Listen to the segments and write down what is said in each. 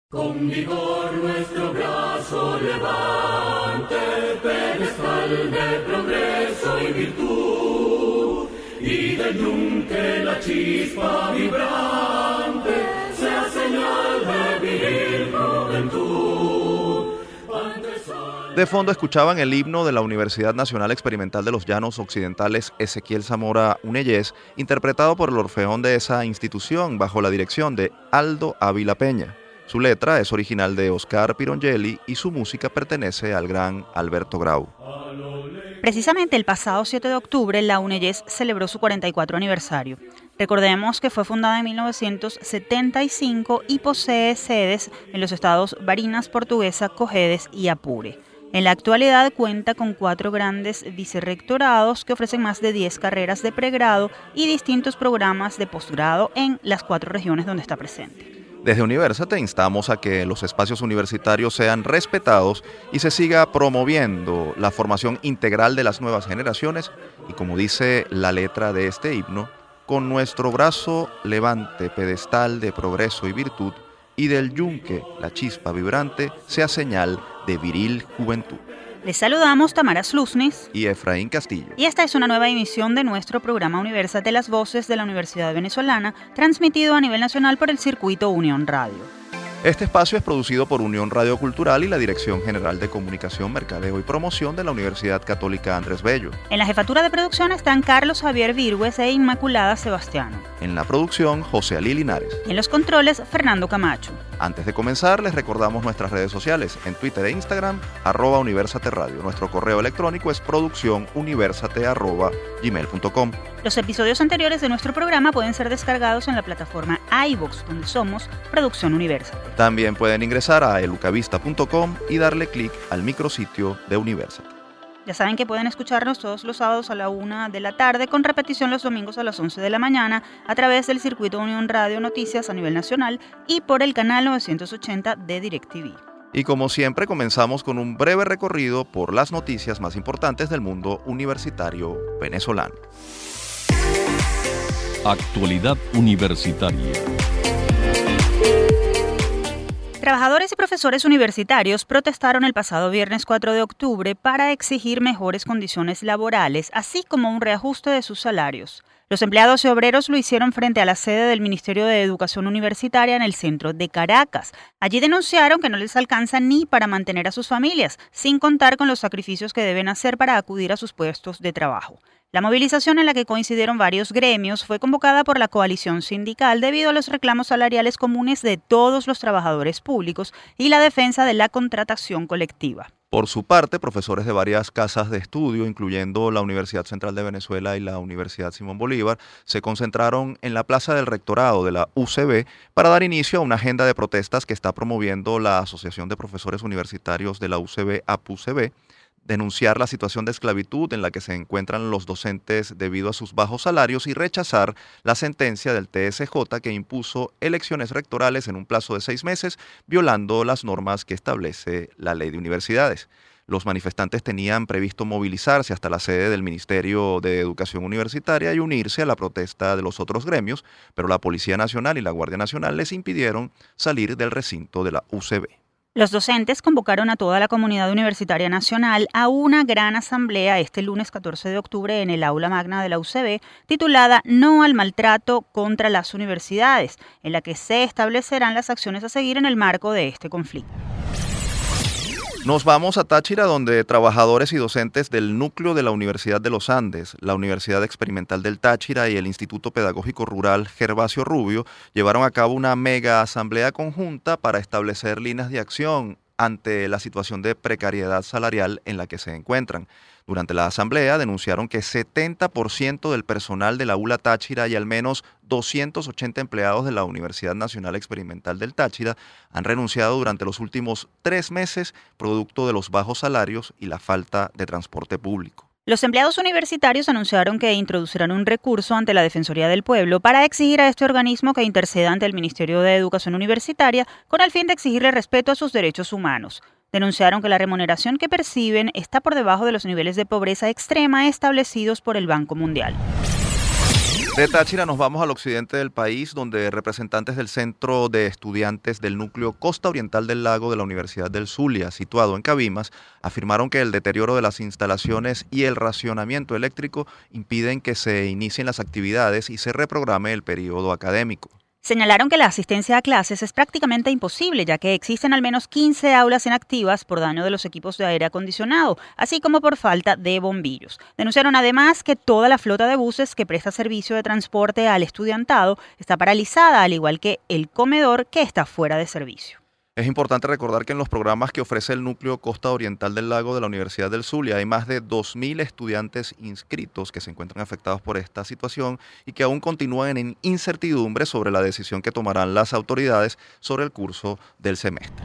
Con vigor nuestro brazo levante, pedestal de progreso y virtud, y del yunque la chispa vibrante sea señal de viril juventud. De fondo escuchaban el himno de la Universidad Nacional Experimental de los Llanos Occidentales Ezequiel Zamora Unellés, interpretado por el Orfeón de esa institución bajo la dirección de Aldo Ávila Peña. Su letra es original de Oscar Pirongelli y su música pertenece al gran Alberto Grau. Precisamente el pasado 7 de octubre, la Unellés celebró su 44 aniversario. Recordemos que fue fundada en 1975 y posee sedes en los estados Barinas, Portuguesa, Cojedes y Apure. En la actualidad cuenta con 4 grandes vicerrectorados que ofrecen más de 10 carreras de pregrado y distintos programas de posgrado en las 4 regiones donde está presente. Desde Universate instamos a que los espacios universitarios sean respetados y se siga promoviendo la formación integral de las nuevas generaciones y, como dice la letra de este himno, con nuestro brazo levante, pedestal de progreso y virtud, y del yunque la chispa vibrante sea señal de viril juventud. Les saludamos Tamara Slusnis y Efraín Castillo. Y esta es una nueva emisión de nuestro programa Universate, las voces de la Universidad Venezolana, transmitido a nivel nacional por el circuito Unión Radio. Este espacio es producido por Unión Radio Cultural y la Dirección General de Comunicación, Mercadeo y Promoción de la Universidad Católica Andrés Bello. En la jefatura de producción están Carlos Javier Virgües e Inmaculada Sebastiano. En la producción, José Alí Linares. Y en los controles, Fernando Camacho. Antes de comenzar, les recordamos nuestras redes sociales, en Twitter e Instagram, @Universate Radio. Nuestro correo electrónico es produccionuniversate@gmail.com. Los episodios anteriores de nuestro programa pueden ser descargados en la plataforma iVoox, donde somos Producción Universate. También pueden ingresar a elucavista.com y darle clic al micrositio de Universate. Ya saben que pueden escucharnos todos los sábados a la 1 de la tarde, con repetición los domingos a las 11 de la mañana, a través del circuito Unión Radio Noticias a nivel nacional y por el canal 980 de DirecTV. Y como siempre, comenzamos con un breve recorrido por las noticias más importantes del mundo universitario venezolano. Actualidad universitaria. Trabajadores y profesores universitarios protestaron el pasado viernes 4 de octubre para exigir mejores condiciones laborales, así como un reajuste de sus salarios. Los empleados y obreros lo hicieron frente a la sede del Ministerio de Educación Universitaria en el centro de Caracas. Allí denunciaron que no les alcanza ni para mantener a sus familias, sin contar con los sacrificios que deben hacer para acudir a sus puestos de trabajo. La movilización, en la que coincidieron varios gremios, fue convocada por la coalición sindical debido a los reclamos salariales comunes de todos los trabajadores públicos y la defensa de la contratación colectiva. Por su parte, profesores de varias casas de estudio, incluyendo la Universidad Central de Venezuela y la Universidad Simón Bolívar, se concentraron en la plaza del rectorado de la UCB para dar inicio a una agenda de protestas que está promoviendo la Asociación de Profesores Universitarios de la UCB, APUCB, denunciar la situación de esclavitud en la que se encuentran los docentes debido a sus bajos salarios y rechazar la sentencia del TSJ que impuso elecciones rectorales en un plazo de 6 meses, violando las normas que establece la Ley de Universidades. Los manifestantes tenían previsto movilizarse hasta la sede del Ministerio de Educación Universitaria y unirse a la protesta de los otros gremios, pero la Policía Nacional y la Guardia Nacional les impidieron salir del recinto de la UCB. Los docentes convocaron a toda la comunidad universitaria nacional a una gran asamblea este lunes 14 de octubre en el aula magna de la UCB, titulada No al maltrato contra las universidades, en la que se establecerán las acciones a seguir en el marco de este conflicto. Nos vamos a Táchira, donde trabajadores y docentes del núcleo de la Universidad de los Andes, la Universidad Experimental del Táchira y el Instituto Pedagógico Rural Gervasio Rubio llevaron a cabo una mega asamblea conjunta para establecer líneas de acción ante la situación de precariedad salarial en la que se encuentran. Durante la asamblea denunciaron que 70% del personal de la ULA Táchira y al menos 280 empleados de la Universidad Nacional Experimental del Táchira han renunciado durante los últimos 3 meses producto de los bajos salarios y la falta de transporte público. Los empleados universitarios anunciaron que introducirán un recurso ante la Defensoría del Pueblo para exigir a este organismo que interceda ante el Ministerio de Educación Universitaria con el fin de exigirle respeto a sus derechos humanos. Denunciaron que la remuneración que perciben está por debajo de los niveles de pobreza extrema establecidos por el Banco Mundial. De Táchira nos vamos al occidente del país, donde representantes del Centro de Estudiantes del Núcleo Costa Oriental del Lago de la Universidad del Zulia, situado en Cabimas, afirmaron que el deterioro de las instalaciones y el racionamiento eléctrico impiden que se inicien las actividades y se reprograme el periodo académico. Señalaron que la asistencia a clases es prácticamente imposible, ya que existen al menos 15 aulas inactivas por daño de los equipos de aire acondicionado, así como por falta de bombillos. Denunciaron además que toda la flota de buses que presta servicio de transporte al estudiantado está paralizada, al igual que el comedor, que está fuera de servicio. Es importante recordar que en los programas que ofrece el Núcleo Costa Oriental del Lago de la Universidad del Zulia hay más de 2.000 estudiantes inscritos que se encuentran afectados por esta situación y que aún continúan en incertidumbre sobre la decisión que tomarán las autoridades sobre el curso del semestre.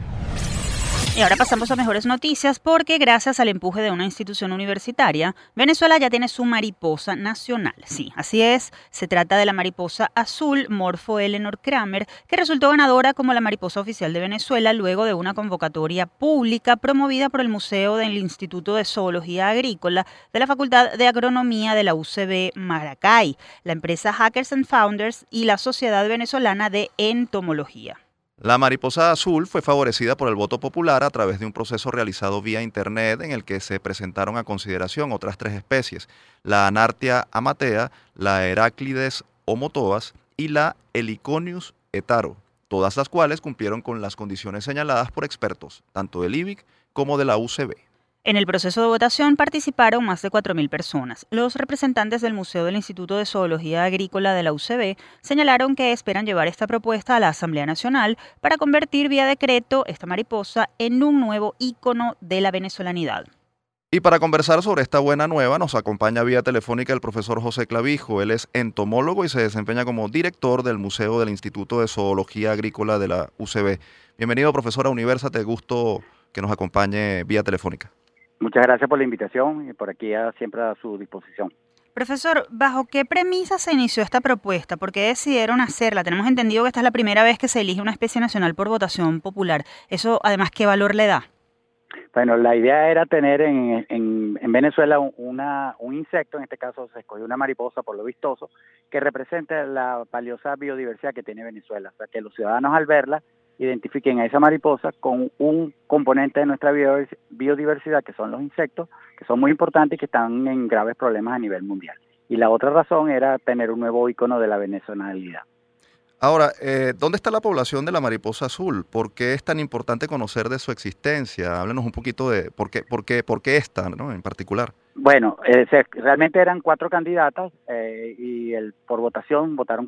Y ahora pasamos a mejores noticias porque gracias al empuje de una institución universitaria, Venezuela ya tiene su mariposa nacional. Sí, así es, se trata de la mariposa azul Morpho Eleanor Kramer, que resultó ganadora como la mariposa oficial de Venezuela luego de una convocatoria pública promovida por el Museo del Instituto de Zoología Agrícola de la Facultad de Agronomía de la UCB Maracay, la empresa Hackers and Founders y la Sociedad Venezolana de Entomología. La mariposa azul fue favorecida por el voto popular a través de un proceso realizado vía internet en el que se presentaron a consideración otras 3 especies, la Anartia amatea, la Heráclides homotoas y la Heliconius etaro, todas las cuales cumplieron con las condiciones señaladas por expertos, tanto del IBIC como de la UCB. En el proceso de votación participaron más de 4.000 personas. Los representantes del Museo del Instituto de Zoología Agrícola de la UCB señalaron que esperan llevar esta propuesta a la Asamblea Nacional para convertir vía decreto esta mariposa en un nuevo ícono de la venezolanidad. Y para conversar sobre esta buena nueva nos acompaña vía telefónica el profesor José Clavijo. Él es entomólogo y se desempeña como director del Museo del Instituto de Zoología Agrícola de la UCB. Bienvenido, profesor, a Universate. Gusto que nos acompañe vía telefónica. Muchas gracias por la invitación y por aquí siempre a su disposición. Profesor, ¿bajo qué premisa se inició esta propuesta? ¿Por qué decidieron hacerla? Tenemos entendido que esta es la primera vez que se elige una especie nacional por votación popular. Eso, además, ¿qué valor le da? Bueno, la idea era tener en Venezuela un insecto, en este caso se escogió una mariposa por lo vistoso, que represente la valiosa biodiversidad que tiene Venezuela. O sea, que los ciudadanos al verla identifiquen a esa mariposa con un componente de nuestra biodiversidad, que son los insectos, que son muy importantes y que están en graves problemas a nivel mundial. Y la otra razón era tener un nuevo ícono de la venezolanidad. Ahora, ¿dónde está la población de la mariposa azul? ¿Por qué es tan importante conocer de su existencia? Háblenos un poquito de por qué esta, ¿no?, en particular. Bueno, realmente eran 4 candidatas y por votación votaron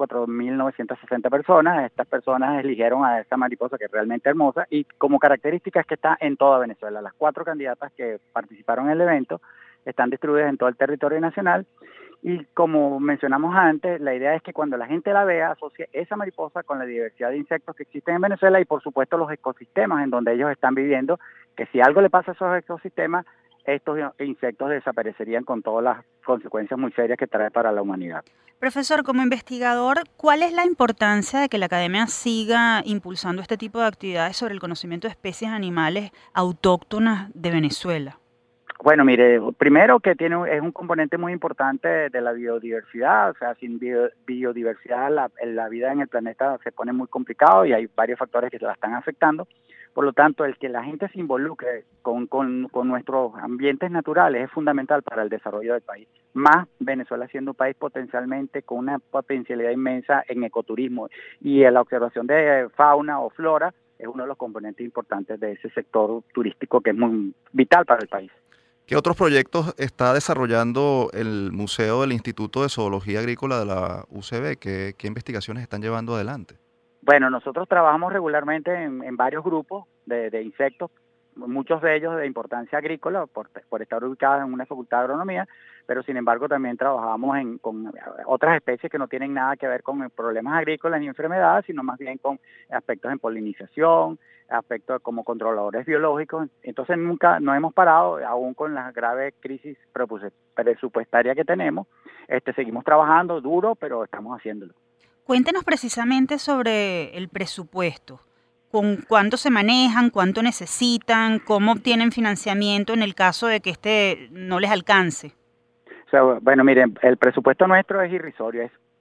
4.960 personas. Estas personas eligieron a esta mariposa que es realmente hermosa y como característica es que está en toda Venezuela. Las 4 candidatas que participaron en el evento están distribuidas en todo el territorio nacional. Y como mencionamos antes, la idea es que cuando la gente la vea, asocie esa mariposa con la diversidad de insectos que existen en Venezuela y por supuesto los ecosistemas en donde ellos están viviendo, que si algo le pasa a esos ecosistemas, estos insectos desaparecerían con todas las consecuencias muy serias que trae para la humanidad. Profesor, como investigador, ¿cuál es la importancia de que la academia siga impulsando este tipo de actividades sobre el conocimiento de especies animales autóctonas de Venezuela? Bueno, mire, primero que es un componente muy importante de la biodiversidad, o sea, sin biodiversidad la vida en el planeta se pone muy complicado y hay varios factores que la están afectando. Por lo tanto, el que la gente se involucre con nuestros ambientes naturales es fundamental para el desarrollo del país. Más Venezuela siendo un país potencialmente con una potencialidad inmensa en ecoturismo y en la observación de fauna o flora es uno de los componentes importantes de ese sector turístico que es muy vital para el país. ¿Qué otros proyectos está desarrollando el Museo del Instituto de Zoología Agrícola de la UCB? ¿Qué investigaciones están llevando adelante? Bueno, nosotros trabajamos regularmente en varios grupos de insectos, muchos de ellos de importancia agrícola, por estar ubicados en una facultad de agronomía, pero sin embargo también trabajamos con otras especies que no tienen nada que ver con problemas agrícolas ni enfermedades, sino más bien con aspectos en polinización, aspectos como controladores biológicos. Entonces nunca nos hemos parado, aún con la grave crisis presupuestaria que tenemos, seguimos trabajando duro, pero estamos haciéndolo. Cuéntenos precisamente sobre el presupuesto. ¿Con cuánto se manejan? ¿Cuánto necesitan? ¿Cómo obtienen financiamiento en el caso de que no les alcance? O sea, bueno, miren, el presupuesto nuestro es irrisorio, es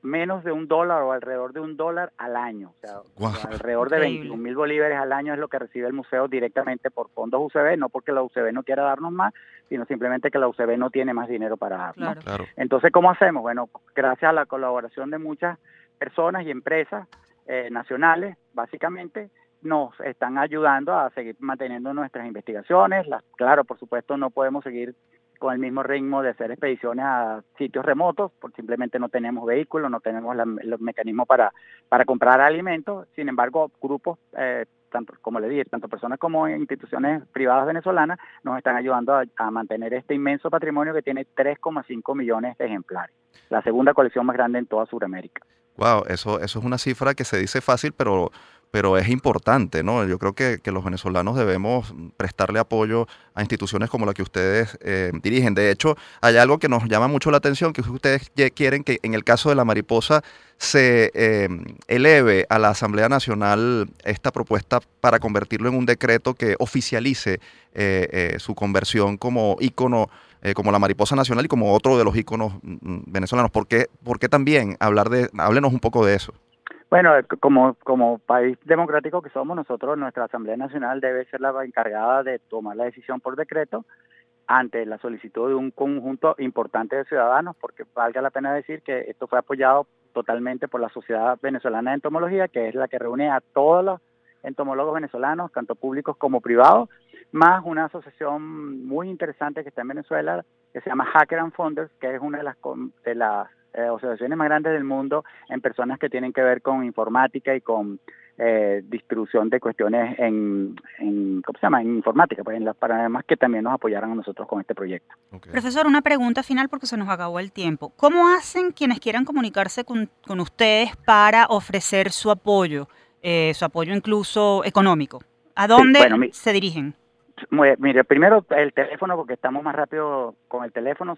menos de $1 o alrededor de $1 al año. O sea, Wow. alrededor de 21.000 bolívares al año es lo que recibe el museo directamente por fondos UCB, no porque la UCB no quiera darnos más, sino simplemente que la UCB no tiene más dinero para dar, ¿no? Claro. Entonces, ¿cómo hacemos? Bueno, gracias a la colaboración de muchas personas y empresas nacionales, básicamente, nos están ayudando a seguir manteniendo nuestras investigaciones. Claro, por supuesto, no podemos seguir con el mismo ritmo de hacer expediciones a sitios remotos, porque simplemente no tenemos vehículos, no tenemos los mecanismos para comprar alimentos. Sin embargo, grupos, tanto como le dije, tanto personas como instituciones privadas venezolanas, nos están ayudando a mantener este inmenso patrimonio que tiene 3,5 millones de ejemplares, la segunda colección más grande en toda Sudamérica. Wow, eso es una cifra que se dice fácil, pero es importante, ¿no? Yo creo que los venezolanos debemos prestarle apoyo a instituciones como la que ustedes dirigen. De hecho, hay algo que nos llama mucho la atención, que ustedes quieren que en el caso de la mariposa se eleve a la Asamblea Nacional esta propuesta para convertirlo en un decreto que oficialice su conversión como ícono, como la mariposa nacional y como otro de los íconos venezolanos. ¿Por qué también háblenos un poco de eso? Bueno, como país democrático que somos nosotros, nuestra Asamblea Nacional debe ser la encargada de tomar la decisión por decreto ante la solicitud de un conjunto importante de ciudadanos, porque valga la pena decir que esto fue apoyado totalmente por la Sociedad Venezolana de Entomología, que es la que reúne a todos los entomólogos venezolanos, tanto públicos como privados, más una asociación muy interesante que está en Venezuela, que se llama Hacker and Funders, que es una de las asociaciones más grandes del mundo en personas que tienen que ver con informática y con distribución de cuestiones en informática, pues para además que también nos apoyaran a nosotros con este proyecto. Okay. Profesor, una pregunta final porque se nos acabó el tiempo. ¿Cómo hacen quienes quieran comunicarse con ustedes para ofrecer su apoyo incluso económico? ¿A dónde se dirigen? Mire, primero el teléfono, porque estamos más rápido con el teléfono,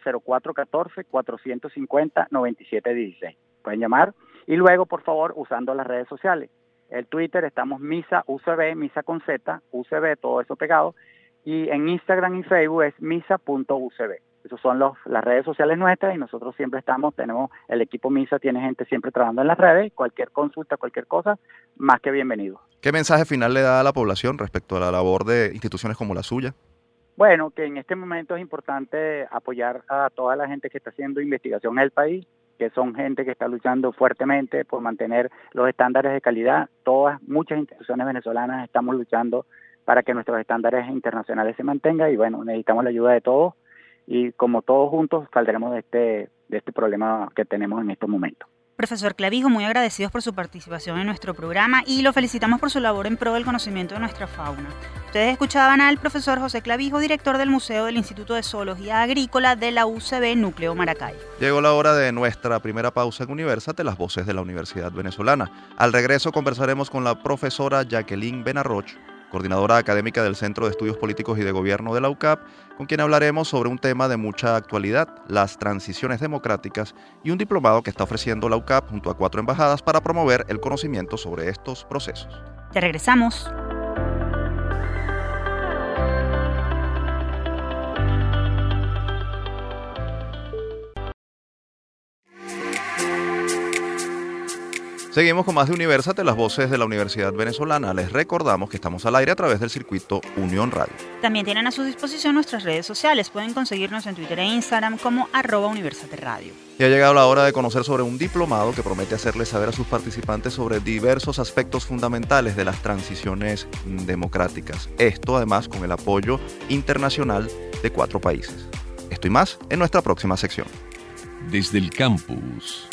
0414-450-9716. Pueden llamar. Y luego, por favor, usando las redes sociales. El Twitter estamos Misa UCB, Misa con Z, UCB, todo eso pegado. Y en Instagram y Facebook es misa.ucb. Esas son las redes sociales nuestras y nosotros siempre tenemos el equipo Misa, tiene gente siempre trabajando en las redes. Cualquier consulta, cualquier cosa, más que bienvenido. ¿Qué mensaje final le da a la población respecto a la labor de instituciones como la suya? Bueno, que en este momento es importante apoyar a toda la gente que está haciendo investigación en el país, que son gente que está luchando fuertemente por mantener los estándares de calidad. Muchas instituciones venezolanas estamos luchando para que nuestros estándares internacionales se mantengan y bueno, necesitamos la ayuda de todos y como todos juntos saldremos de este problema que tenemos en estos momentos. Profesor Clavijo, muy agradecidos por su participación en nuestro programa y lo felicitamos por su labor en pro del conocimiento de nuestra fauna. Ustedes escuchaban al profesor José Clavijo, director del Museo del Instituto de Zoología Agrícola de la UCB Núcleo Maracay. Llegó la hora de nuestra primera pausa en Universate, las voces de la Universidad Venezolana. Al regreso conversaremos con la profesora Jacqueline Benarroch, coordinadora académica del Centro de Estudios Políticos y de Gobierno de la UCAP, con quien hablaremos sobre un tema de mucha actualidad, las transiciones democráticas y un diplomado que está ofreciendo la UCAP junto a 4 embajadas para promover el conocimiento sobre estos procesos. Ya regresamos. Seguimos con más de Universate, las voces de la Universidad Venezolana. Les recordamos que estamos al aire a través del circuito Unión Radio. También tienen a su disposición nuestras redes sociales. Pueden conseguirnos en Twitter e Instagram como @Universateradio. Y ha llegado la hora de conocer sobre un diplomado que promete hacerles saber a sus participantes sobre diversos aspectos fundamentales de las transiciones democráticas. Esto además con el apoyo internacional de 4 países. Esto y más en nuestra próxima sección. Desde el campus.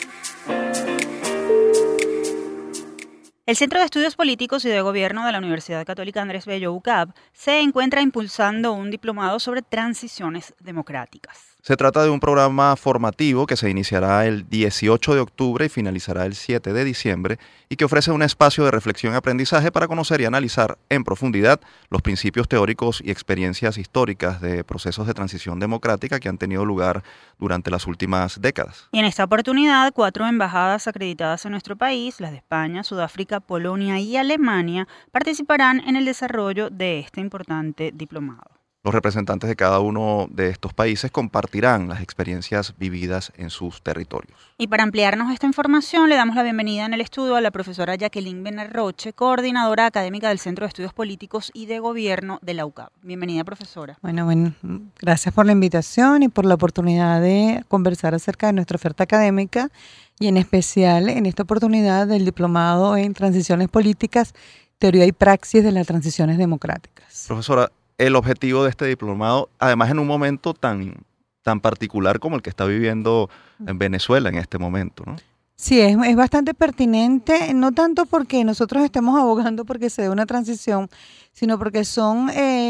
El Centro de Estudios Políticos y de Gobierno de la Universidad Católica Andrés Bello UCAP se encuentra impulsando un diplomado sobre transiciones democráticas. Se trata de un programa formativo que se iniciará el 18 de octubre y finalizará el 7 de diciembre y que ofrece un espacio de reflexión y aprendizaje para conocer y analizar en profundidad los principios teóricos y experiencias históricas de procesos de transición democrática que han tenido lugar durante las últimas décadas. Y en esta oportunidad, 4 embajadas acreditadas en nuestro país, las de España, Sudáfrica, Polonia y Alemania, participarán en el desarrollo de este importante diplomado. Los representantes de cada uno de estos países compartirán las experiencias vividas en sus territorios. Y para ampliarnos esta información, le damos la bienvenida en el estudio a la profesora Jacqueline Benarroche, coordinadora académica del Centro de Estudios Políticos y de Gobierno de la UCAP. Bienvenida, profesora. Bueno, gracias por la invitación y por la oportunidad de conversar acerca de nuestra oferta académica y en especial en esta oportunidad del diplomado en Transiciones Políticas, Teoría y Praxis de las Transiciones Democráticas. Profesora, el objetivo de este diplomado, además en un momento tan particular como el que está viviendo en Venezuela en este momento, ¿no? Sí, es bastante pertinente, no tanto porque nosotros estemos abogando porque se dé una transición, sino porque son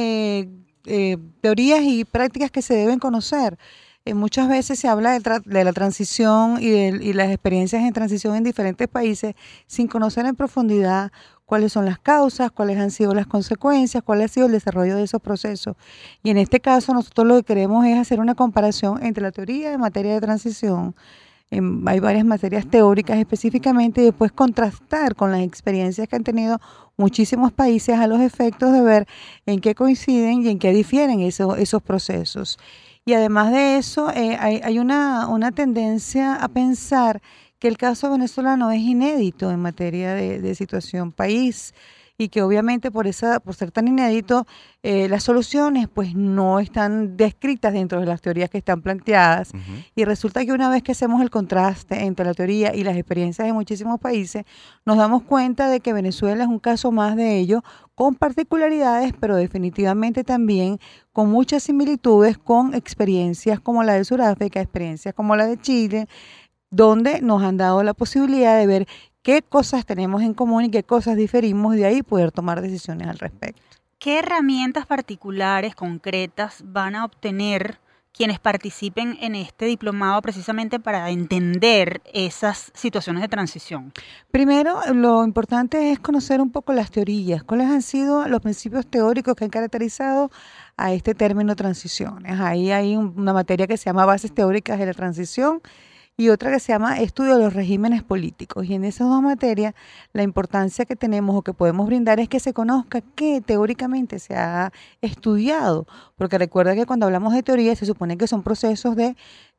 teorías y prácticas que se deben conocer. Muchas veces se habla de la transición y las experiencias en transición en diferentes países sin conocer en profundidad cuáles son las causas, cuáles han sido las consecuencias, cuál ha sido el desarrollo de esos procesos. Y en este caso nosotros lo que queremos es hacer una comparación entre la teoría de materia de transición, hay varias materias teóricas específicamente, y después contrastar con las experiencias que han tenido muchísimos países a los efectos de ver en qué coinciden y en qué difieren esos procesos. Y además de eso, hay una tendencia a pensar que el caso venezolano es inédito en materia de situación país y que obviamente por ser tan inédito, las soluciones pues no están descritas dentro de las teorías que están planteadas. Y resulta que una vez que hacemos el contraste entre la teoría y las experiencias de muchísimos países, nos damos cuenta de que Venezuela es un caso más de ello, con particularidades, pero definitivamente también con muchas similitudes con experiencias como la de Sudáfrica, experiencias como la de Chile, donde nos han dado la posibilidad de ver qué cosas tenemos en común y qué cosas diferimos, de ahí poder tomar decisiones al respecto. ¿Qué herramientas particulares, concretas, van a obtener quienes participen en este diplomado precisamente para entender esas situaciones de transición? Primero, lo importante es conocer un poco las teorías, cuáles han sido los principios teóricos que han caracterizado a este término transiciones. Ahí hay una materia que se llama Bases Teóricas de la Transición, y otra que se llama Estudio de los Regímenes Políticos. Y en esas dos materias, la importancia que tenemos o que podemos brindar es que se conozca qué teóricamente se ha estudiado. Porque recuerda que cuando hablamos de teoría se supone que son procesos de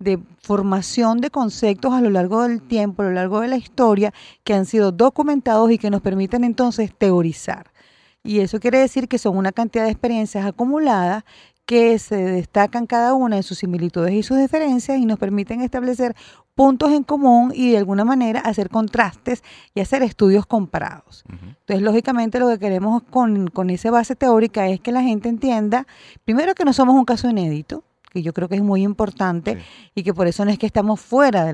formación de conceptos a lo largo del tiempo, a lo largo de la historia, que han sido documentados y que nos permiten entonces teorizar. Y eso quiere decir que son una cantidad de experiencias acumuladas que se destacan cada una de sus similitudes y sus diferencias y nos permiten establecer puntos en común y de alguna manera hacer contrastes y hacer estudios comparados. Entonces, lógicamente, lo que queremos con esa base teórica es que la gente entienda, primero, que no somos un caso inédito, que yo creo que es muy importante, sí, y que por eso no es que estamos fuera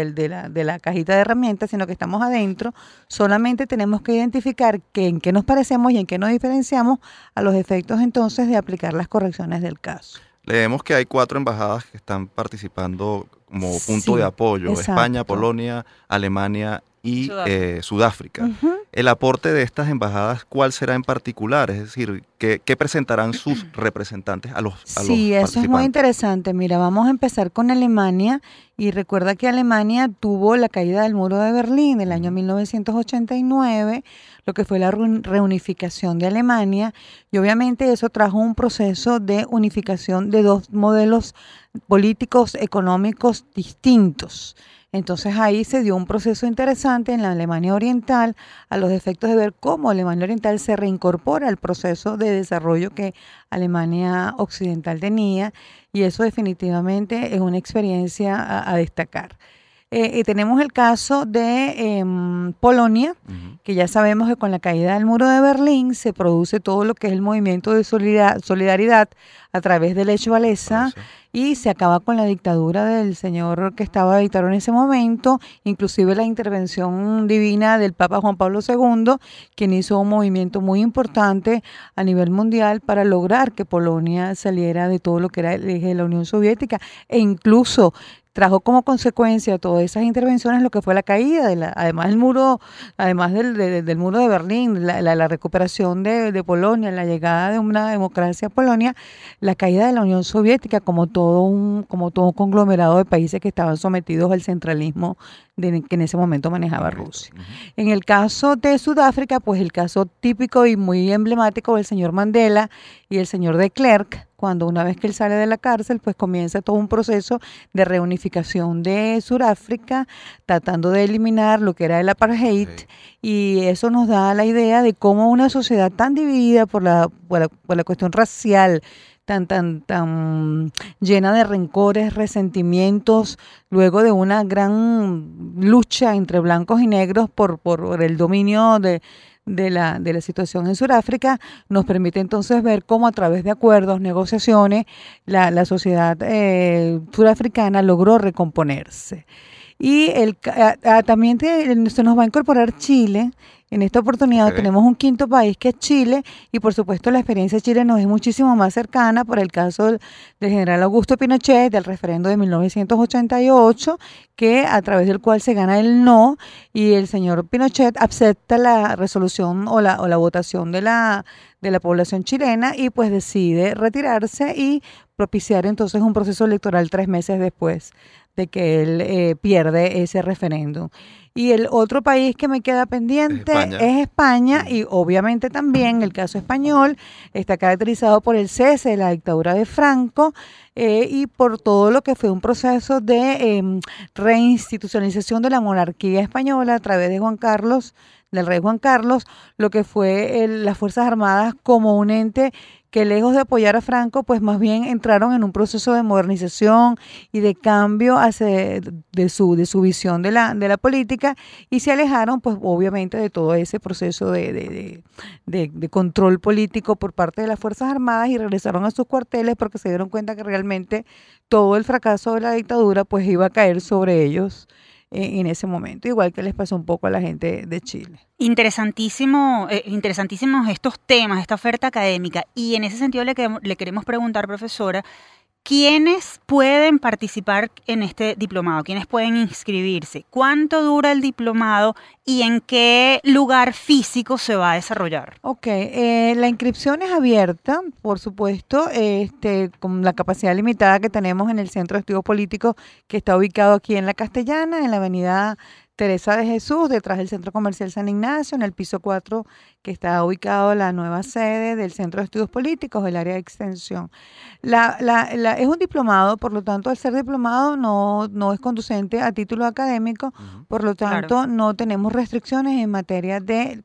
de la cajita de herramientas, sino que estamos adentro. Solamente tenemos que identificar en qué nos parecemos y en qué nos diferenciamos a los efectos entonces de aplicar las correcciones del caso. Leemos que hay 4 embajadas que están participando como punto de apoyo: exacto. España, Polonia, Alemania y Sudáfrica. El aporte de estas embajadas, ¿cuál será en particular? Es decir, ¿qué presentarán sus representantes a los participantes? Sí, eso es muy interesante. Mira, vamos a empezar con Alemania, y recuerda que Alemania tuvo la caída del muro de Berlín en el año 1989, lo que fue la reunificación de Alemania, y obviamente eso trajo un proceso de unificación de dos modelos políticos económicos distintos. Entonces ahí se dio un proceso interesante en la Alemania Oriental a los efectos de ver cómo Alemania Oriental se reincorpora al proceso de desarrollo que Alemania Occidental tenía, y eso definitivamente es una experiencia a destacar. Tenemos el caso de Polonia, que ya sabemos que con la caída del muro de Berlín se produce todo lo que es el movimiento de solidaridad a través del Lech Walesa, y se acaba con la dictadura del señor que estaba dictador en ese momento, inclusive la intervención divina del Papa Juan Pablo II, quien hizo un movimiento muy importante a nivel mundial para lograr que Polonia saliera de todo lo que era el eje de la Unión Soviética, e incluso trajo como consecuencia todas esas intervenciones lo que fue la caída, además del muro de Berlín, la recuperación de Polonia, la llegada de una democracia a Polonia, la caída de la Unión Soviética como todo un conglomerado de países que estaban sometidos al centralismo que en ese momento manejaba Rusia. En el caso de Sudáfrica, pues el caso típico y muy emblemático del señor Mandela y el señor de Klerk, cuando una vez que él sale de la cárcel, pues comienza todo un proceso de reunificación de Sudáfrica, tratando de eliminar lo que era el apartheid, y eso nos da la idea de cómo una sociedad tan dividida por la cuestión racial, tan llena de rencores, resentimientos, luego de una gran lucha entre blancos y negros por el dominio de la situación en Sudáfrica, nos permite entonces ver cómo a través de acuerdos, negociaciones, la sociedad surafricana logró recomponerse. Y también se nos va a incorporar Chile. En esta oportunidad tenemos un quinto país que es Chile, y por supuesto la experiencia de Chile nos es muchísimo más cercana por el caso del general Augusto Pinochet, del referendo de 1988, a través del cual se gana el no, y el señor Pinochet acepta la resolución o la votación de la población chilena, y pues decide retirarse y propiciar entonces un proceso electoral 3 meses después de que él pierde ese referéndum. Y el otro país que me queda pendiente es España, y obviamente también el caso español está caracterizado por el cese de la dictadura de Franco y por todo lo que fue un proceso de reinstitucionalización de la monarquía española a través de del rey Juan Carlos, lo que fue las Fuerzas Armadas como un ente que lejos de apoyar a Franco, pues más bien entraron en un proceso de modernización y de cambio de su visión de la política, y se alejaron pues obviamente de todo ese proceso de control político por parte de las Fuerzas Armadas, y regresaron a sus cuarteles porque se dieron cuenta que realmente todo el fracaso de la dictadura pues iba a caer sobre ellos en ese momento, igual que les pasó un poco a la gente de Chile. Interesantísimos estos temas, esta oferta académica, y en ese sentido le queremos preguntar, profesora, ¿quiénes pueden participar en este diplomado? ¿Quiénes pueden inscribirse? ¿Cuánto dura el diplomado y en qué lugar físico se va a desarrollar? Ok, la inscripción es abierta, por supuesto, con la capacidad limitada que tenemos en el Centro de Estudios Políticos, que está ubicado aquí en La Castellana, en la avenida Teresa de Jesús, detrás del Centro Comercial San Ignacio, en el piso 4, que está ubicado la nueva sede del Centro de Estudios Políticos, el área de extensión. Es un diplomado, por lo tanto, al ser diplomado no es conducente a título académico, por lo tanto, no tenemos restricciones en materia de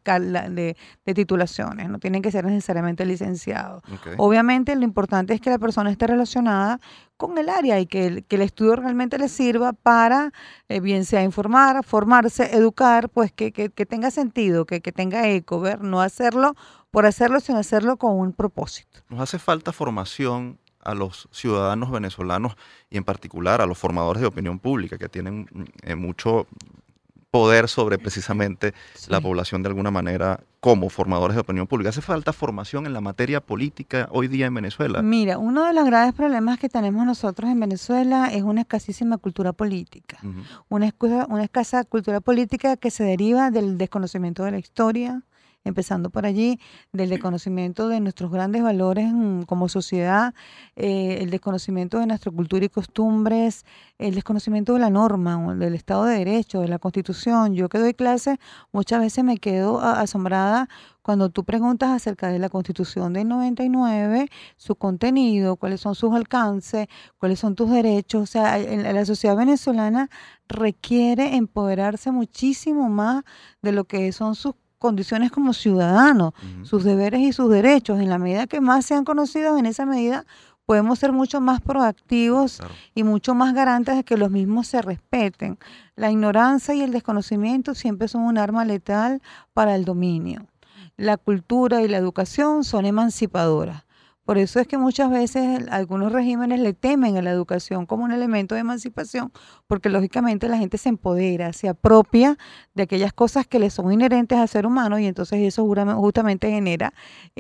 titulaciones, no tienen que ser necesariamente licenciados. Okay. Obviamente, lo importante es que la persona esté relacionada con el área y que el estudio realmente le sirva para, bien sea informar, formarse, educar, pues que tenga sentido, que tenga eco, ver, no hacerlo por hacerlo, sino hacerlo con un propósito. Nos hace falta formación a los ciudadanos venezolanos y en particular a los formadores de opinión pública, que tienen mucho poder sobre precisamente la población de alguna manera como formadores de opinión pública. ¿Hace falta formación en la materia política hoy día en Venezuela? Mira, uno de los graves problemas que tenemos nosotros en Venezuela es una escasísima cultura política. Una escasa cultura política que se deriva del desconocimiento de la historia, empezando por allí, del desconocimiento de nuestros grandes valores como sociedad, el desconocimiento de nuestra cultura y costumbres, el desconocimiento de la norma, del Estado de Derecho, de la Constitución. Yo que doy clases, muchas veces me quedo asombrada cuando tú preguntas acerca de la Constitución del 99, su contenido, cuáles son sus alcances, cuáles son tus derechos. O sea, la sociedad venezolana requiere empoderarse muchísimo más de lo que son sus condiciones como ciudadanos, sus deberes y sus derechos. En la medida que más sean conocidos, en esa medida podemos ser mucho más proactivos y mucho más garantes de que los mismos se respeten. La ignorancia y el desconocimiento siempre son un arma letal para el dominio. La cultura y la educación son emancipadoras. Por eso es que muchas veces algunos regímenes le temen a la educación como un elemento de emancipación, porque lógicamente la gente se empodera, se apropia de aquellas cosas que le son inherentes al ser humano, y entonces eso justamente genera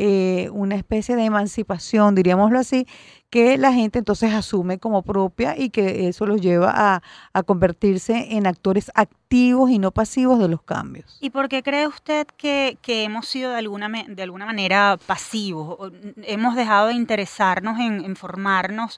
una especie de emancipación, diríamoslo así, que la gente entonces asume como propia, y que eso los lleva a convertirse en actores activos y no pasivos de los cambios. ¿Y por qué cree usted que hemos sido de alguna manera pasivos? Hemos dejado de interesarnos en formarnos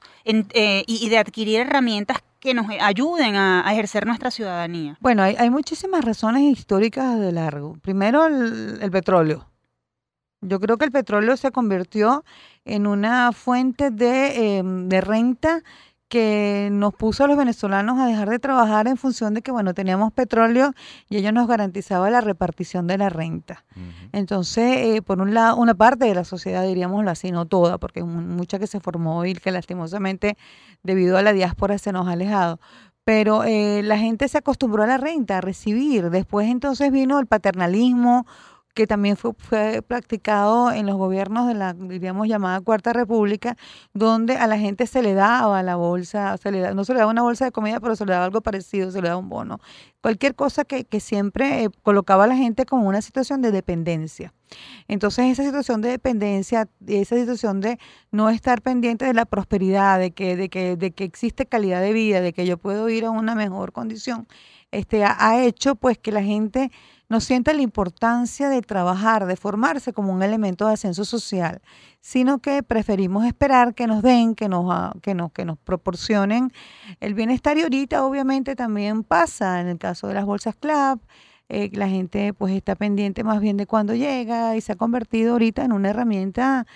y de adquirir herramientas que nos ayuden a ejercer nuestra ciudadanía. Bueno, hay muchísimas razones históricas de largo. Primero, el petróleo. Yo creo que el petróleo se convirtió en una fuente de renta que nos puso a los venezolanos a dejar de trabajar en función de que, bueno, teníamos petróleo y ello nos garantizaba la repartición de la renta. Entonces, por un lado, una parte de la sociedad, diríamoslo así, no toda, porque hay mucha que se formó y que lastimosamente debido a la diáspora se nos ha alejado. Pero la gente se acostumbró a la renta, a recibir. Después entonces vino el paternalismo, que también fue practicado en los gobiernos de la, diríamos, llamada Cuarta República, donde a la gente se le daba la bolsa, no se le daba una bolsa de comida, pero se le daba algo parecido, se le daba un bono. Cualquier cosa que siempre colocaba a la gente como una situación de dependencia. Entonces esa situación de dependencia, esa situación de no estar pendiente de la prosperidad, de que existe calidad de vida, de que yo puedo ir a una mejor condición, ha hecho pues que la gente no sienta la importancia de trabajar, de formarse como un elemento de ascenso social, sino que preferimos esperar que nos den, que nos proporcionen el bienestar. Y ahorita obviamente también pasa en el caso de las bolsas CLAP, la gente pues está pendiente más bien de cuándo llega y se ha convertido ahorita en una herramienta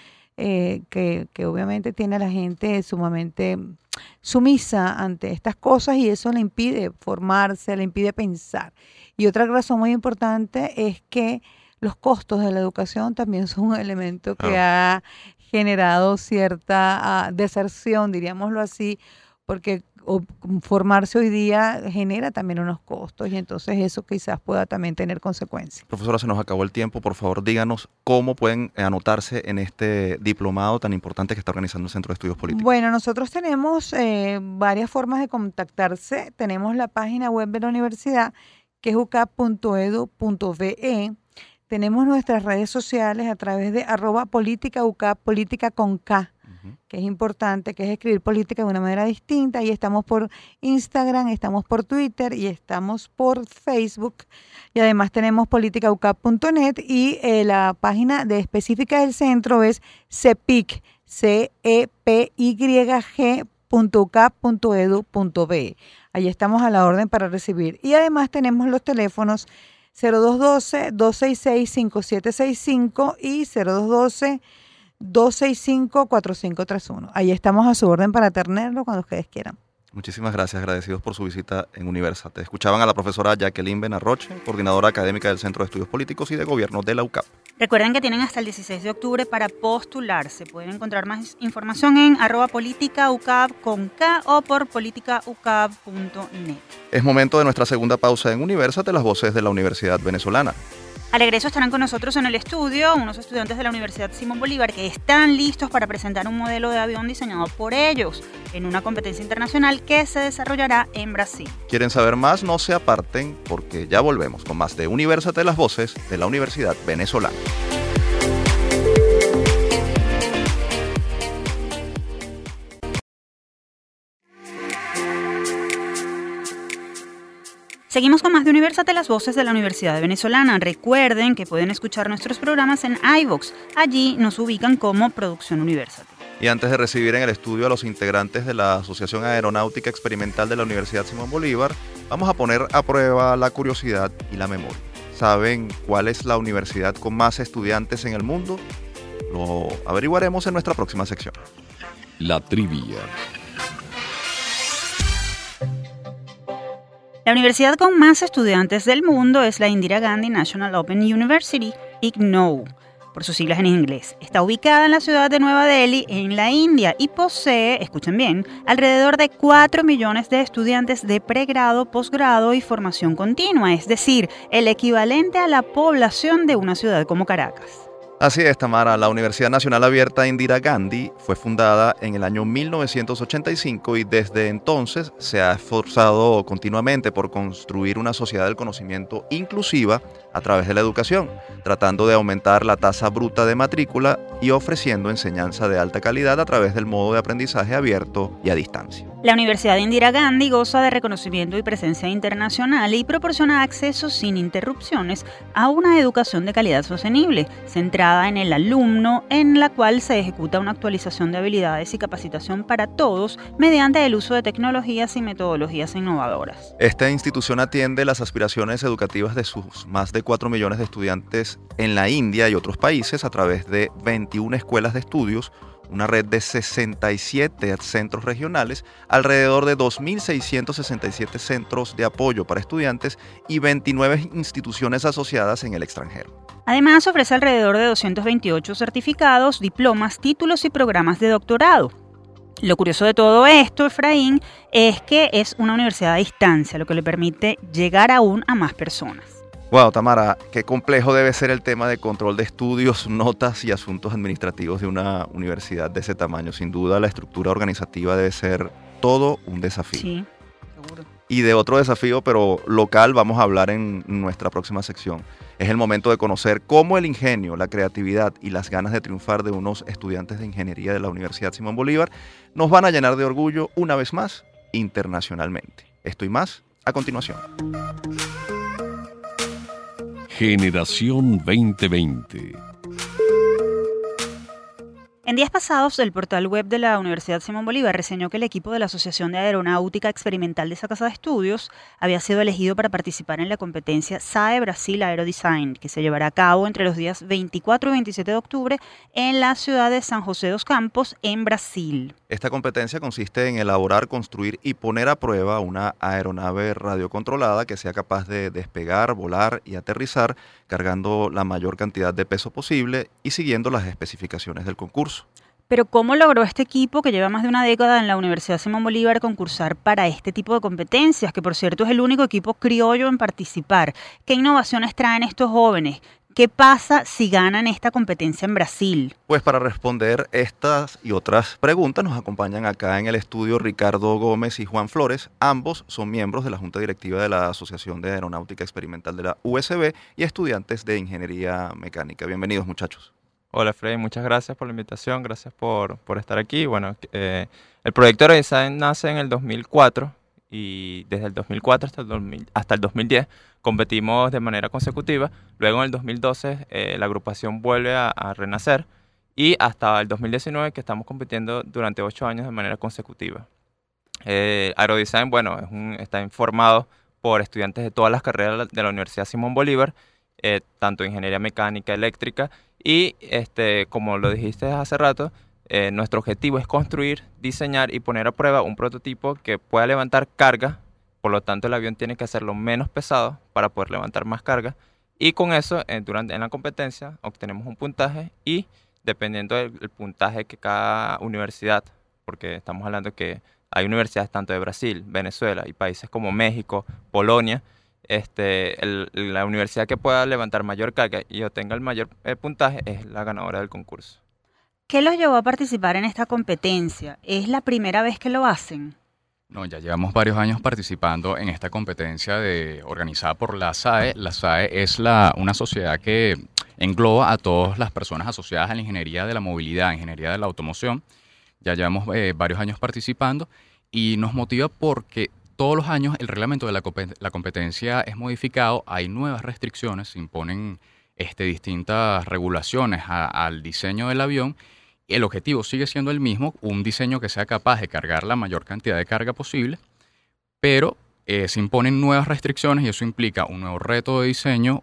que obviamente tiene a la gente sumamente sumisa ante estas cosas, y eso le impide formarse, le impide pensar. Y otra razón muy importante es que los costos de la educación también son un elemento que ha generado cierta deserción, diríamoslo así, porque formarse hoy día genera también unos costos, y entonces eso quizás pueda también tener consecuencias. Profesora, se nos acabó el tiempo. Por favor, díganos cómo pueden anotarse en este diplomado tan importante que está organizando el Centro de Estudios Políticos. Bueno, nosotros tenemos varias formas de contactarse. Tenemos la página web de la universidad, que es ucap.edu.ve. Tenemos nuestras redes sociales a través de @políticaucap, política con K, que es importante, que es escribir política de una manera distinta. Y estamos por Instagram, estamos por Twitter y estamos por Facebook. Y además tenemos politicaucap.net, y la página específica del centro es CEPYG, CEPYG.ucap.edu.be. Ahí estamos a la orden para recibir. Y además tenemos los teléfonos 0212-266-5765 y 0212-265-4531. Ahí estamos a su orden para tenerlo cuando ustedes quieran. Muchísimas gracias, agradecidos por su visita en Universate. Escuchaban a la profesora Jacqueline Benarroche, coordinadora académica del Centro de Estudios Políticos y de Gobierno de la UCAP. Recuerden que tienen hasta el 16 de octubre para postularse. Pueden encontrar más información en @politicaucap con K o por politicaucap.net. Es momento de nuestra segunda pausa en Universate, las voces de la Universidad Venezolana. Al regreso estarán con nosotros en el estudio unos estudiantes de la Universidad Simón Bolívar que están listos para presentar un modelo de avión diseñado por ellos en una competencia internacional que se desarrollará en Brasil. ¿Quieren saber más? No se aparten, porque ya volvemos con más de Universate, las voces de la Universidad Venezolana. Seguimos con más de Universate, las voces de la Universidad Venezolana. Recuerden que pueden escuchar nuestros programas en iVoox. Allí nos ubican como Producción Universate. Y antes de recibir en el estudio a los integrantes de la Asociación Aeronáutica Experimental de la Universidad Simón Bolívar, vamos a poner a prueba la curiosidad y la memoria. ¿Saben cuál es la universidad con más estudiantes en el mundo? Lo averiguaremos en nuestra próxima sección. La trivia. La universidad con más estudiantes del mundo es la Indira Gandhi National Open University, IGNOU, por sus siglas en inglés. Está ubicada en la ciudad de Nueva Delhi, en la India, y posee, escuchen bien, alrededor de 4 millones de estudiantes de pregrado, posgrado y formación continua, es decir, el equivalente a la población de una ciudad como Caracas. Así es, Tamara. La Universidad Nacional Abierta Indira Gandhi fue fundada en el año 1985 y desde entonces se ha esforzado continuamente por construir una sociedad del conocimiento inclusiva a través de la educación, tratando de aumentar la tasa bruta de matrícula y ofreciendo enseñanza de alta calidad a través del modo de aprendizaje abierto y a distancia. La Universidad Indira Gandhi goza de reconocimiento y presencia internacional y proporciona acceso sin interrupciones a una educación de calidad sostenible, centrada en el alumno, en la cual se ejecuta una actualización de habilidades y capacitación para todos mediante el uso de tecnologías y metodologías innovadoras. Esta institución atiende las aspiraciones educativas de sus más de 4 millones de estudiantes en la India y otros países a través de 21 escuelas de estudios, una red de 67 centros regionales, alrededor de 2.667 centros de apoyo para estudiantes y 29 instituciones asociadas en el extranjero. Además, ofrece alrededor de 228 certificados, diplomas, títulos y programas de doctorado. Lo curioso de todo esto, Efraín, es que es una universidad a distancia, lo que le permite llegar aún a más personas. Wow, Tamara, qué complejo debe ser el tema de control de estudios, notas y asuntos administrativos de una universidad de ese tamaño. Sin duda, la estructura organizativa debe ser todo un desafío. Sí, seguro. Y de otro desafío, pero local, vamos a hablar en nuestra próxima sección. Es el momento de conocer cómo el ingenio, la creatividad y las ganas de triunfar de unos estudiantes de ingeniería de la Universidad Simón Bolívar nos van a llenar de orgullo una vez más internacionalmente. Esto y más a continuación. Generación 2020. En días pasados, el portal web de la Universidad Simón Bolívar reseñó que el equipo de la Asociación de Aeronáutica Experimental de esa casa de estudios había sido elegido para participar en la competencia SAE Brasil Aerodesign, que se llevará a cabo entre los días 24 y 27 de octubre en la ciudad de San José dos Campos, en Brasil. Esta competencia consiste en elaborar, construir y poner a prueba una aeronave radiocontrolada que sea capaz de despegar, volar y aterrizar, cargando la mayor cantidad de peso posible y siguiendo las especificaciones del concurso. Pero ¿cómo logró este equipo, que lleva más de una década en la Universidad Simón Bolívar, concursar para este tipo de competencias, que por cierto es el único equipo criollo en participar? ¿Qué innovaciones traen estos jóvenes? ¿Qué pasa si ganan esta competencia en Brasil? Pues para responder estas y otras preguntas nos acompañan acá en el estudio Ricardo Gómez y Juan Flores. Ambos son miembros de la Junta Directiva de la Asociación de Aeronáutica Experimental de la USB y estudiantes de Ingeniería Mecánica. Bienvenidos, muchachos. Hola Freddy, muchas gracias por la invitación, gracias por estar aquí. Bueno, el proyecto Aerodesign nace en el 2004 y desde el 2004 hasta el 2010 competimos de manera consecutiva. Luego en el 2012 la agrupación vuelve a renacer y hasta el 2019 que estamos compitiendo durante 8 años de manera consecutiva. Aerodesign, bueno, está informado por estudiantes de todas las carreras de la Universidad Simón Bolívar, tanto ingeniería mecánica, eléctrica, y como lo dijiste hace rato, nuestro objetivo es construir, diseñar y poner a prueba un prototipo que pueda levantar carga. Por lo tanto, el avión tiene que hacerlo menos pesado para poder levantar más carga, y con eso en la competencia obtenemos un puntaje, y dependiendo del puntaje que cada universidad, porque estamos hablando que hay universidades tanto de Brasil, Venezuela y países como México, Polonia, la universidad que pueda levantar mayor carga y obtenga el mayor puntaje es la ganadora del concurso. ¿Qué los llevó a participar en esta competencia? ¿Es la primera vez que lo hacen? No, ya llevamos varios años participando en esta competencia organizada por la SAE. La SAE es una sociedad que engloba a todas las personas asociadas a la ingeniería de la movilidad, ingeniería de la automoción. Ya llevamos varios años participando y nos motiva porque todos los años el reglamento de la competencia es modificado, hay nuevas restricciones, se imponen distintas regulaciones al diseño del avión. El objetivo sigue siendo el mismo, un diseño que sea capaz de cargar la mayor cantidad de carga posible, pero se imponen nuevas restricciones y eso implica un nuevo reto de diseño,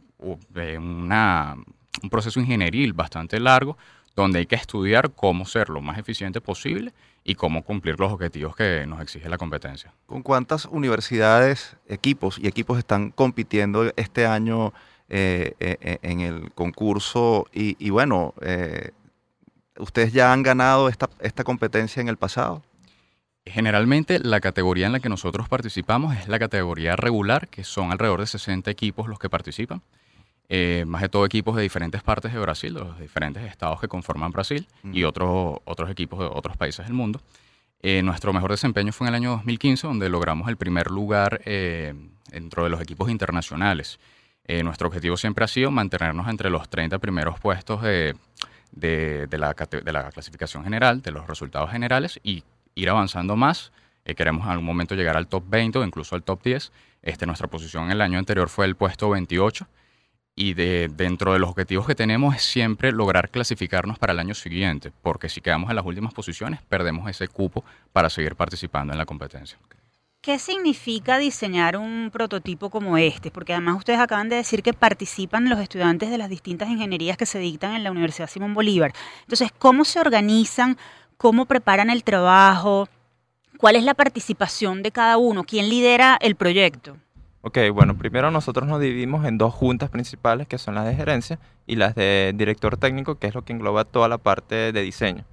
un proceso ingenieril bastante largo, donde hay que estudiar cómo ser lo más eficiente posible y cómo cumplir los objetivos que nos exige la competencia. ¿Con cuántas universidades, equipos están compitiendo este año en el concurso? Y bueno, ¿ustedes ya han ganado esta competencia en el pasado? Generalmente la categoría en la que nosotros participamos es la categoría regular, que son alrededor de 60 equipos los que participan. Más de todo equipos de diferentes partes de Brasil, de los diferentes estados que conforman Brasil y otros equipos de otros países del mundo. Nuestro mejor desempeño fue en el año 2015, donde logramos el primer lugar dentro de los equipos internacionales. Nuestro objetivo siempre ha sido mantenernos entre los 30 primeros puestos de la clasificación general, de los resultados generales, y ir avanzando más. Queremos en algún momento llegar al top 20 o incluso al top 10. Nuestra posición en el año anterior fue el puesto 28. Y dentro de los objetivos que tenemos es siempre lograr clasificarnos para el año siguiente, porque si quedamos en las últimas posiciones, perdemos ese cupo para seguir participando en la competencia. ¿Qué significa diseñar un prototipo como este? Porque además ustedes acaban de decir que participan los estudiantes de las distintas ingenierías que se dictan en la Universidad Simón Bolívar. Entonces, ¿cómo se organizan? ¿Cómo preparan el trabajo? ¿Cuál es la participación de cada uno? ¿Quién lidera el proyecto? Ok, bueno, primero nosotros nos dividimos en dos juntas principales, que son las de gerencia y las de director técnico, que es lo que engloba toda la parte de diseño.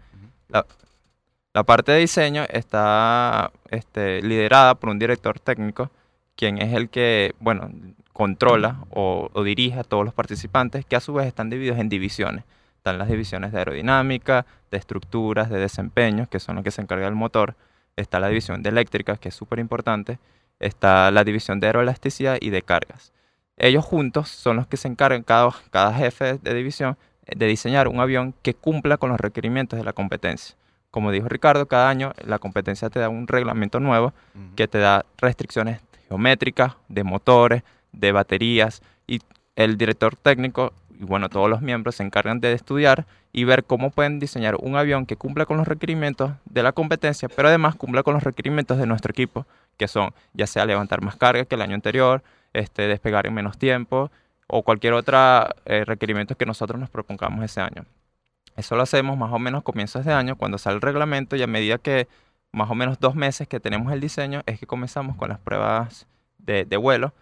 La parte de diseño está liderada por un director técnico, quien es el que, bueno, controla o dirige a todos los participantes, que a su vez están divididos en divisiones. Están las divisiones de aerodinámica, de estructuras, de desempeños, que son los que se encarga del motor. Está la división de eléctrica, que es súper importante. Está la división de aeroelasticidad y de cargas. Ellos juntos son los que se encargan, cada jefe de división, de diseñar un avión que cumpla con los requerimientos de la competencia. Como dijo Ricardo, cada año la competencia te da un reglamento nuevo que te da restricciones geométricas, de motores, de baterías, y el director técnico y bueno, todos los miembros se encargan de estudiar y ver cómo pueden diseñar un avión que cumpla con los requerimientos de la competencia, pero además cumpla con los requerimientos de nuestro equipo, que son ya sea levantar más carga que el año anterior, despegar en menos tiempo o cualquier otro requerimiento que nosotros nos propongamos ese año. Eso lo hacemos más o menos a comienzos de año, cuando sale el reglamento, y a medida que más o menos 2 meses que tenemos el diseño, es que comenzamos con las pruebas de vuelo,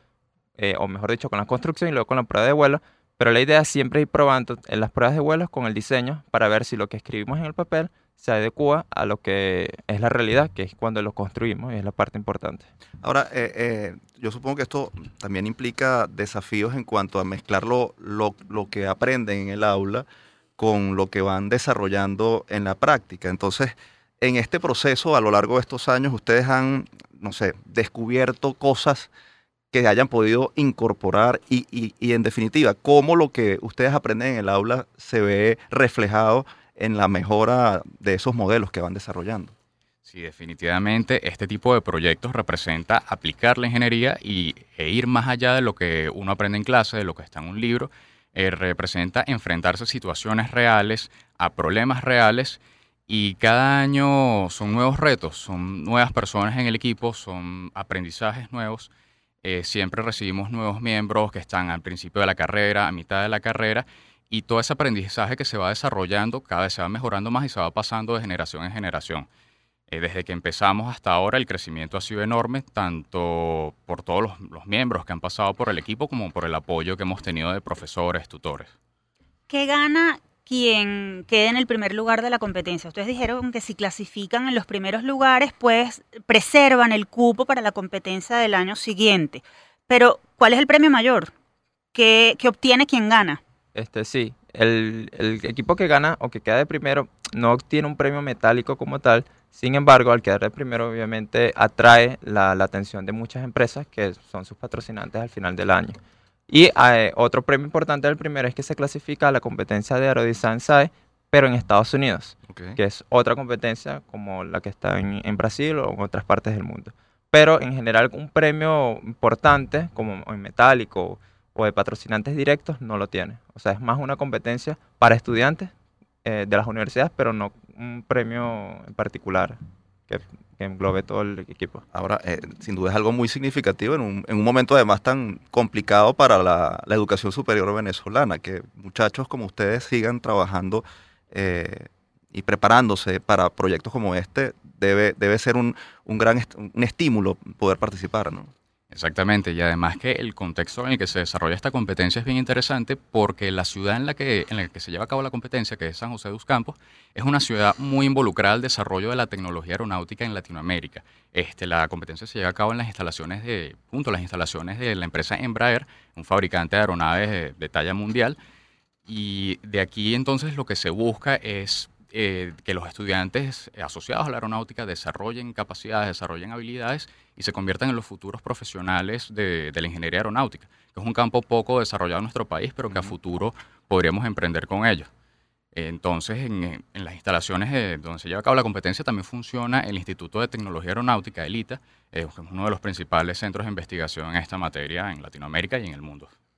o mejor dicho, con la construcción y luego con la prueba de vuelo. Pero la idea es siempre ir probando en las pruebas de vuelos con el diseño para ver si lo que escribimos en el papel se adecua a lo que es la realidad, que es cuando lo construimos, y es la parte importante. Ahora, yo supongo que esto también implica desafíos en cuanto a mezclar lo que aprenden en el aula con lo que van desarrollando en la práctica. Entonces, en este proceso, a lo largo de estos años, ustedes han, no sé, descubierto cosas que hayan podido incorporar y en definitiva, cómo lo que ustedes aprenden en el aula se ve reflejado en la mejora de esos modelos que van desarrollando. Sí, definitivamente este tipo de proyectos representa aplicar la ingeniería e ir más allá de lo que uno aprende en clase, de lo que está en un libro. Representa enfrentarse a situaciones reales, a problemas reales, y cada año son nuevos retos, son nuevas personas en el equipo, son aprendizajes nuevos. Siempre recibimos nuevos miembros que están al principio de la carrera, a mitad de la carrera, y todo ese aprendizaje que se va desarrollando cada vez se va mejorando más y se va pasando de generación en generación. Desde que empezamos hasta ahora el crecimiento ha sido enorme, tanto por todos los miembros que han pasado por el equipo como por el apoyo que hemos tenido de profesores, tutores. ¿Qué gana quien quede en el primer lugar de la competencia? Ustedes dijeron que si clasifican en los primeros lugares, pues preservan el cupo para la competencia del año siguiente. Pero, ¿cuál es el premio mayor? ¿Qué obtiene quien gana? Sí, el equipo que gana o que queda de primero no obtiene un premio metálico como tal. Sin embargo, al quedar de primero, obviamente atrae la atención de muchas empresas que son sus patrocinantes al final del año. Y otro premio importante del primero es que se clasifica a la competencia de Aerodesign SAE, pero en Estados Unidos, que es otra competencia como la que está en Brasil o en otras partes del mundo. Pero en general un premio importante como en metálico o de patrocinantes directos no lo tiene. O sea, es más una competencia para estudiantes de las universidades, pero no un premio en particular que englobe todo el equipo. Ahora, sin duda es algo muy significativo en un momento además tan complicado para la educación superior venezolana, que muchachos como ustedes sigan trabajando y preparándose para proyectos como este, debe ser un gran un estímulo poder participar, ¿no? Exactamente, y además que el contexto en el que se desarrolla esta competencia es bien interesante porque la ciudad en la que se lleva a cabo la competencia, que es San José dos Campos, es una ciudad muy involucrada al desarrollo de la tecnología aeronáutica en Latinoamérica. La competencia se lleva a cabo en las instalaciones de la empresa Embraer, un fabricante de aeronaves de talla mundial, y de aquí entonces lo que se busca es que los estudiantes asociados a la aeronáutica desarrollen capacidades, desarrollen habilidades y se conviertan en los futuros profesionales de la ingeniería aeronáutica, que es un campo poco desarrollado en nuestro país, pero que a futuro podríamos emprender con ellos. Entonces, en las instalaciones donde se lleva a cabo la competencia también funciona el Instituto de Tecnología Aeronáutica, el ITA, que es uno de los principales centros de investigación en esta materia en Latinoamérica y en el mundo.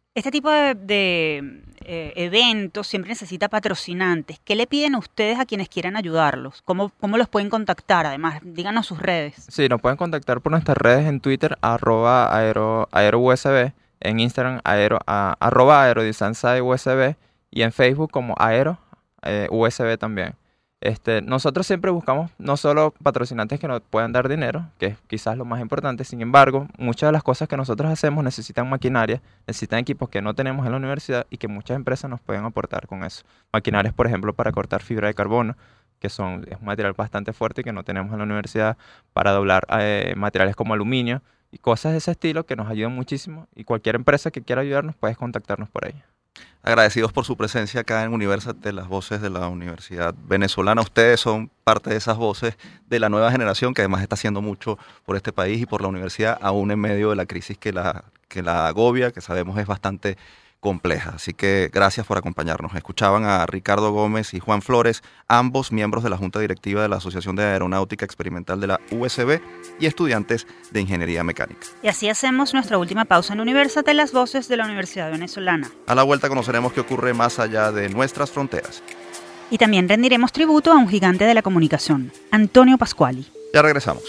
Este tipo de eventos siempre necesita patrocinantes. ¿Qué le piden a ustedes a quienes quieran ayudarlos? ¿Cómo los pueden contactar? Además, díganos sus redes. Sí, nos pueden contactar por nuestras redes en Twitter, @aerousb, en Instagram, @aerodesignSciUSB y en Facebook como USB también. Nosotros siempre buscamos no solo patrocinantes que nos puedan dar dinero, que es quizás lo más importante, sin embargo, muchas de las cosas que nosotros hacemos necesitan maquinaria, necesitan equipos que no tenemos en la universidad y que muchas empresas nos pueden aportar con eso. Maquinarias, por ejemplo, para cortar fibra de carbono, que es un material bastante fuerte y que no tenemos en la universidad, para doblar materiales como aluminio y cosas de ese estilo que nos ayudan muchísimo, y cualquier empresa que quiera ayudarnos puede contactarnos por ahí. Agradecidos por su presencia acá en Universate, las voces de la Universidad Venezolana. Ustedes son parte de esas voces de la nueva generación que además está haciendo mucho por este país y por la universidad, aún en medio de la crisis que la agobia, que sabemos es bastante compleja. Así que gracias por acompañarnos. Escuchaban a Ricardo Gómez y Juan Flores, ambos miembros de la Junta Directiva de la Asociación de Aeronáutica Experimental de la USB y estudiantes de Ingeniería Mecánica. Y así hacemos nuestra última pausa en Universate, las voces de la Universidad Venezolana. A la vuelta conoceremos qué ocurre más allá de nuestras fronteras. Y también rendiremos tributo a un gigante de la comunicación, Antonio Pasquali. Ya regresamos.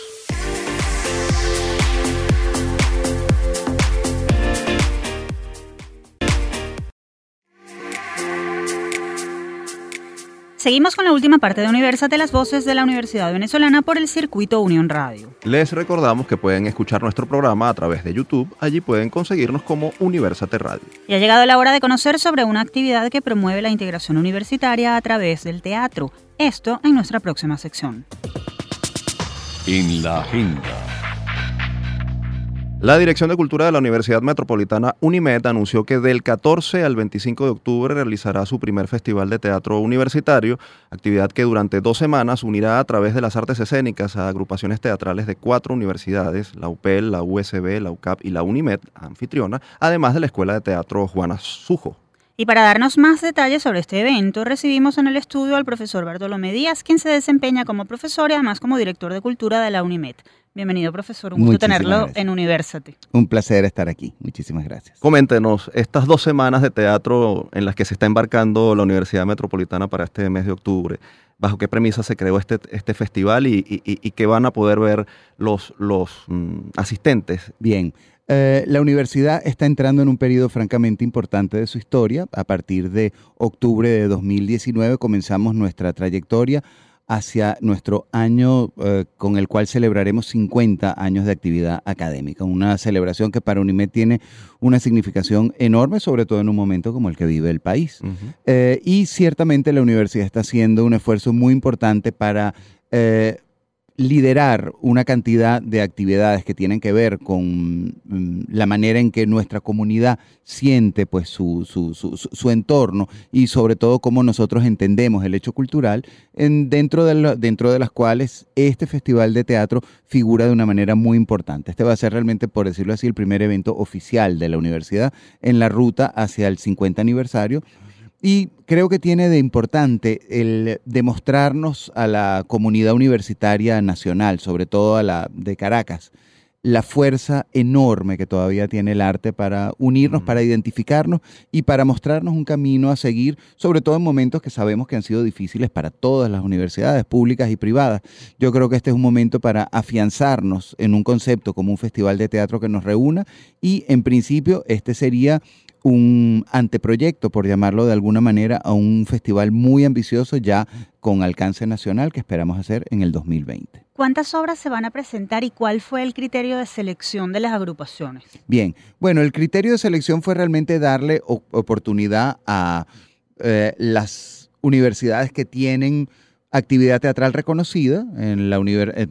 Seguimos con la última parte de Universate, las voces de la Universidad Venezolana por el circuito Unión Radio. Les recordamos que pueden escuchar nuestro programa a través de YouTube. Allí pueden conseguirnos como Universate Radio. Y ha llegado la hora de conocer sobre una actividad que promueve la integración universitaria a través del teatro. Esto en nuestra próxima sección. En la agenda. La Dirección de Cultura de la Universidad Metropolitana UNIMED anunció que del 14 al 25 de octubre realizará su primer festival de teatro universitario, actividad que durante 2 semanas unirá a través de las artes escénicas a agrupaciones teatrales de 4 universidades, la UPEL, la USB, la UCAP y la UNIMED, anfitriona, además de la Escuela de Teatro Juana Sujo. Y para darnos más detalles sobre este evento, recibimos en el estudio al profesor Bartolomé Díaz, quien se desempeña como profesor y además como director de cultura de la UNIMED. Bienvenido, profesor. Un gusto tenerlo en Universate. Un placer estar aquí. Muchísimas gracias. Coméntenos, estas 2 semanas de teatro en las que se está embarcando la Universidad Metropolitana para este mes de octubre, ¿bajo qué premisa se creó este festival y qué van a poder ver los asistentes? Bien. La universidad está entrando en un periodo francamente importante de su historia. A partir de octubre de 2019 comenzamos nuestra trayectoria hacia nuestro año con el cual celebraremos 50 años de actividad académica. Una celebración que para UNIMED tiene una significación enorme, sobre todo en un momento como el que vive el país. Uh-huh. Y ciertamente la universidad está haciendo un esfuerzo muy importante para liderar una cantidad de actividades que tienen que ver con la manera en que nuestra comunidad siente pues su entorno y sobre todo cómo nosotros entendemos el hecho cultural, dentro de las cuales este festival de teatro figura de una manera muy importante. Este va a ser realmente, por decirlo así, el primer evento oficial de la universidad en la ruta hacia el 50 aniversario. Y creo que tiene de importante el demostrarnos a la comunidad universitaria nacional, sobre todo a la de Caracas, la fuerza enorme que todavía tiene el arte para unirnos, para identificarnos y para mostrarnos un camino a seguir, sobre todo en momentos que sabemos que han sido difíciles para todas las universidades públicas y privadas. Yo creo que este es un momento para afianzarnos en un concepto como un festival de teatro que nos reúna y, en principio, este sería un anteproyecto, por llamarlo de alguna manera, a un festival muy ambicioso ya con alcance nacional que esperamos hacer en el 2020. ¿Cuántas obras se van a presentar y cuál fue el criterio de selección de las agrupaciones? Bien, bueno, el criterio de selección fue realmente darle oportunidad a las universidades que tienen actividad teatral reconocida en la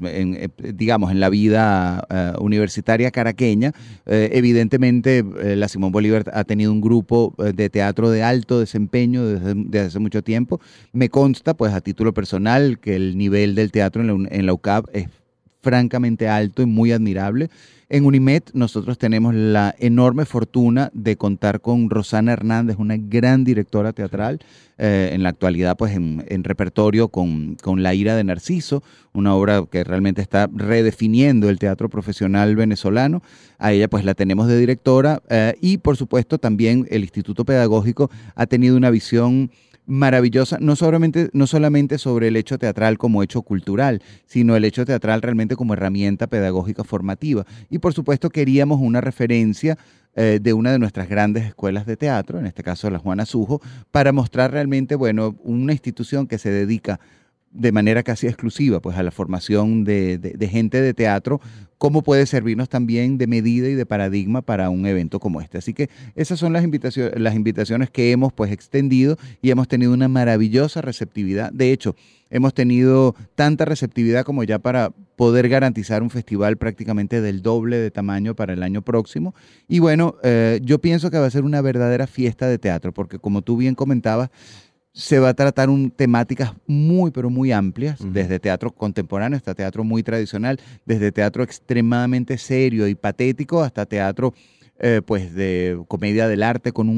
vida universitaria caraqueña. Evidentemente, la Simón Bolívar ha tenido un grupo de teatro de alto desempeño desde hace mucho tiempo. Me consta, pues a título personal, que el nivel del teatro en la UCAP es francamente alto y muy admirable. En Unimed nosotros tenemos la enorme fortuna de contar con Rosana Hernández, una gran directora teatral, en la actualidad pues en repertorio con La ira de Narciso, una obra que realmente está redefiniendo el teatro profesional venezolano. A ella pues la tenemos de directora y por supuesto también el Instituto Pedagógico ha tenido una visión maravillosa, no solamente sobre el hecho teatral como hecho cultural, sino el hecho teatral realmente como herramienta pedagógica formativa. Y por supuesto queríamos una referencia de una de nuestras grandes escuelas de teatro, en este caso la Juana Sujo, para mostrar realmente, bueno, una institución que se dedica de manera casi exclusiva pues a la formación de gente de teatro, cómo puede servirnos también de medida y de paradigma para un evento como este. Así que esas son las invitaciones que hemos pues extendido y hemos tenido una maravillosa receptividad. De hecho, hemos tenido tanta receptividad como ya para poder garantizar un festival prácticamente del doble de tamaño para el año próximo. Y bueno, yo pienso que va a ser una verdadera fiesta de teatro, porque como tú bien comentabas, se va a tratar temáticas muy, pero muy amplias, desde teatro contemporáneo hasta teatro muy tradicional, desde teatro extremadamente serio y patético hasta teatro pues de comedia del arte con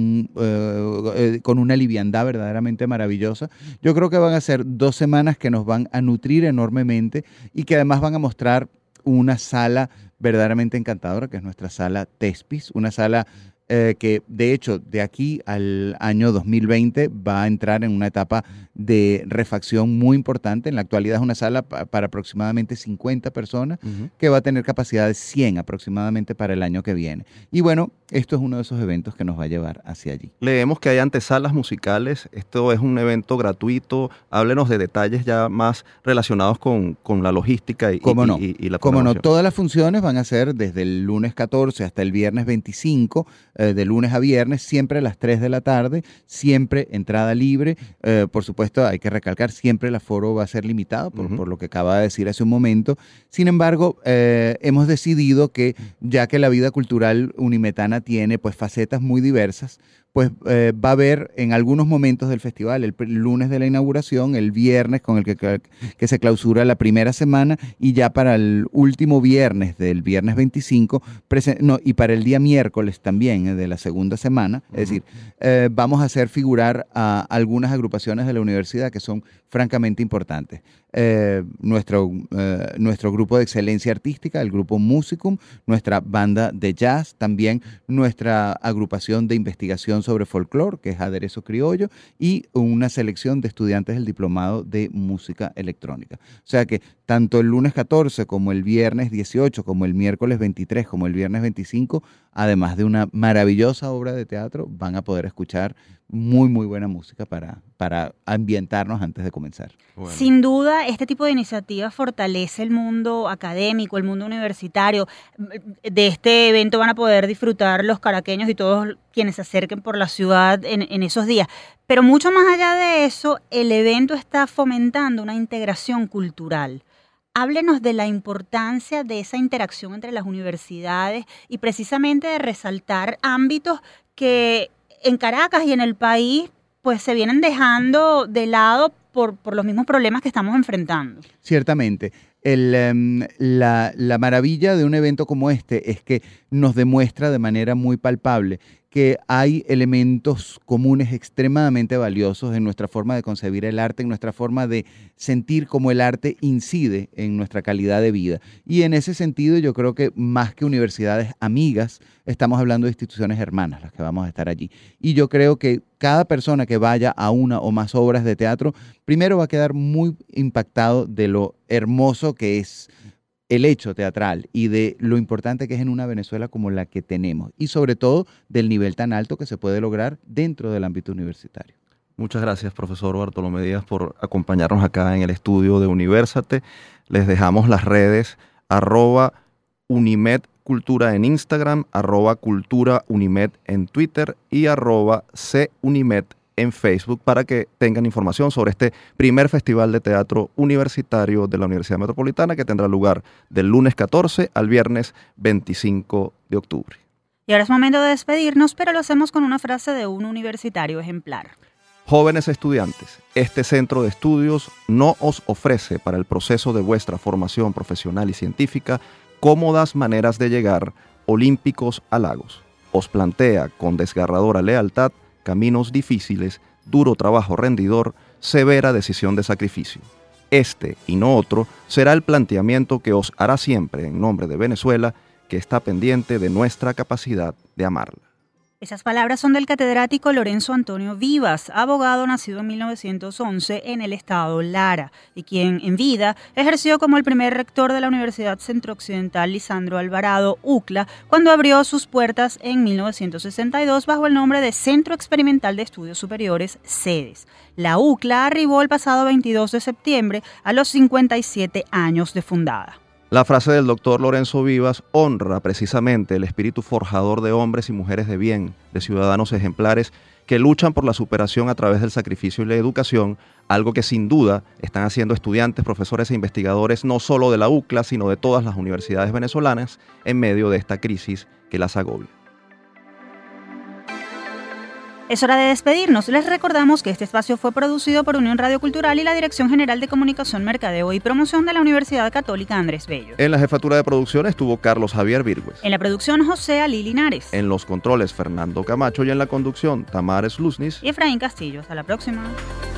una liviandad verdaderamente maravillosa. Yo creo que van a ser 2 semanas que nos van a nutrir enormemente y que además van a mostrar una sala verdaderamente encantadora, que es nuestra sala Thespis, una sala que de hecho de aquí al año 2020 va a entrar en una etapa de refacción muy importante. En la actualidad es una sala para aproximadamente 50 personas que va a tener capacidad de 100 aproximadamente para el año que viene. Y bueno, esto es uno de esos eventos que nos va a llevar hacia allí. Leemos que hay antesalas musicales, esto es un evento gratuito. Háblenos de detalles ya más relacionados con la logística y la programación. Cómo no, todas las funciones van a ser desde el lunes 14 hasta el viernes 25, de lunes a viernes, siempre a las 3 de la tarde, siempre entrada libre. Por supuesto, hay que recalcar, siempre el aforo va a ser limitado, por lo que acaba de decir hace un momento. Sin embargo, hemos decidido que, ya que la vida cultural unimetana tiene pues facetas muy diversas, pues va a haber en algunos momentos del festival, el lunes de la inauguración, el viernes con el que se clausura la primera semana, y ya para el último viernes del viernes 25, y para el día miércoles también de la segunda semana, es decir, vamos a hacer figurar a algunas agrupaciones de la universidad que son francamente importantes. Nuestro grupo de excelencia artística, el grupo Musicum, nuestra banda de jazz, también nuestra agrupación de investigación sobre folclore, que es Aderezo Criollo, y una selección de estudiantes del diplomado de música electrónica. O sea que tanto el lunes 14 como el viernes 18, como el miércoles 23, como el viernes 25, además de una maravillosa obra de teatro, van a poder escuchar muy, muy buena música para ambientarnos antes de comenzar. Bueno. Sin duda, este tipo de iniciativas fortalece el mundo académico, el mundo universitario. De este evento van a poder disfrutar los caraqueños y todos quienes se acerquen por la ciudad en esos días. Pero mucho más allá de eso, el evento está fomentando una integración cultural. Háblenos de la importancia de esa interacción entre las universidades y precisamente de resaltar ámbitos que en Caracas y en el país pues se vienen dejando de lado por los mismos problemas que estamos enfrentando. Ciertamente. La maravilla de un evento como este es que nos demuestra de manera muy palpable que hay elementos comunes extremadamente valiosos en nuestra forma de concebir el arte, en nuestra forma de sentir cómo el arte incide en nuestra calidad de vida. Y en ese sentido yo creo que más que universidades amigas, estamos hablando de instituciones hermanas las que vamos a estar allí. Y yo creo que cada persona que vaya a una o más obras de teatro, primero va a quedar muy impactado de lo hermoso que es el hecho teatral y de lo importante que es en una Venezuela como la que tenemos, y sobre todo del nivel tan alto que se puede lograr dentro del ámbito universitario. Muchas gracias, profesor Bartolomé Díaz, por acompañarnos acá en el estudio de Universate. Les dejamos las redes @Unimed Cultura en Instagram, @Cultura Unimed en Twitter y @CUnimed en Facebook para que tengan información sobre este primer festival de teatro universitario de la Universidad Metropolitana, que tendrá lugar del lunes 14 al viernes 25 de octubre. Y ahora es momento de despedirnos, pero lo hacemos con una frase de un universitario ejemplar. Jóvenes estudiantes, este centro de estudios no os ofrece para el proceso de vuestra formación profesional y científica cómodas maneras de llegar, olímpicos halagos. Os plantea con desgarradora lealtad caminos difíciles, duro trabajo rendidor, severa decisión de sacrificio. Este y no otro será el planteamiento que os hará siempre en nombre de Venezuela, que está pendiente de nuestra capacidad de amarla. Esas palabras son del catedrático Lorenzo Antonio Vivas, abogado nacido en 1911 en el estado Lara, y quien en vida ejerció como el primer rector de la Universidad Centro-Occidental Lisandro Alvarado, UCLA, cuando abrió sus puertas en 1962 bajo el nombre de Centro Experimental de Estudios Superiores, CEDES. La UCLA arribó el pasado 22 de septiembre a los 57 años de fundada. La frase del doctor Lorenzo Vivas honra precisamente el espíritu forjador de hombres y mujeres de bien, de ciudadanos ejemplares que luchan por la superación a través del sacrificio y la educación, algo que sin duda están haciendo estudiantes, profesores e investigadores no solo de la UCLA, sino de todas las universidades venezolanas en medio de esta crisis que las agobia. Es hora de despedirnos. Les recordamos que este espacio fue producido por Unión Radio Cultural y la Dirección General de Comunicación, Mercadeo y Promoción de la Universidad Católica Andrés Bello. En la jefatura de producción estuvo Carlos Javier Virgües. En la producción, José Ali Linares. En los controles, Fernando Camacho, y en la conducción, Tamara Sluznis y Efraín Castillo. Hasta la próxima.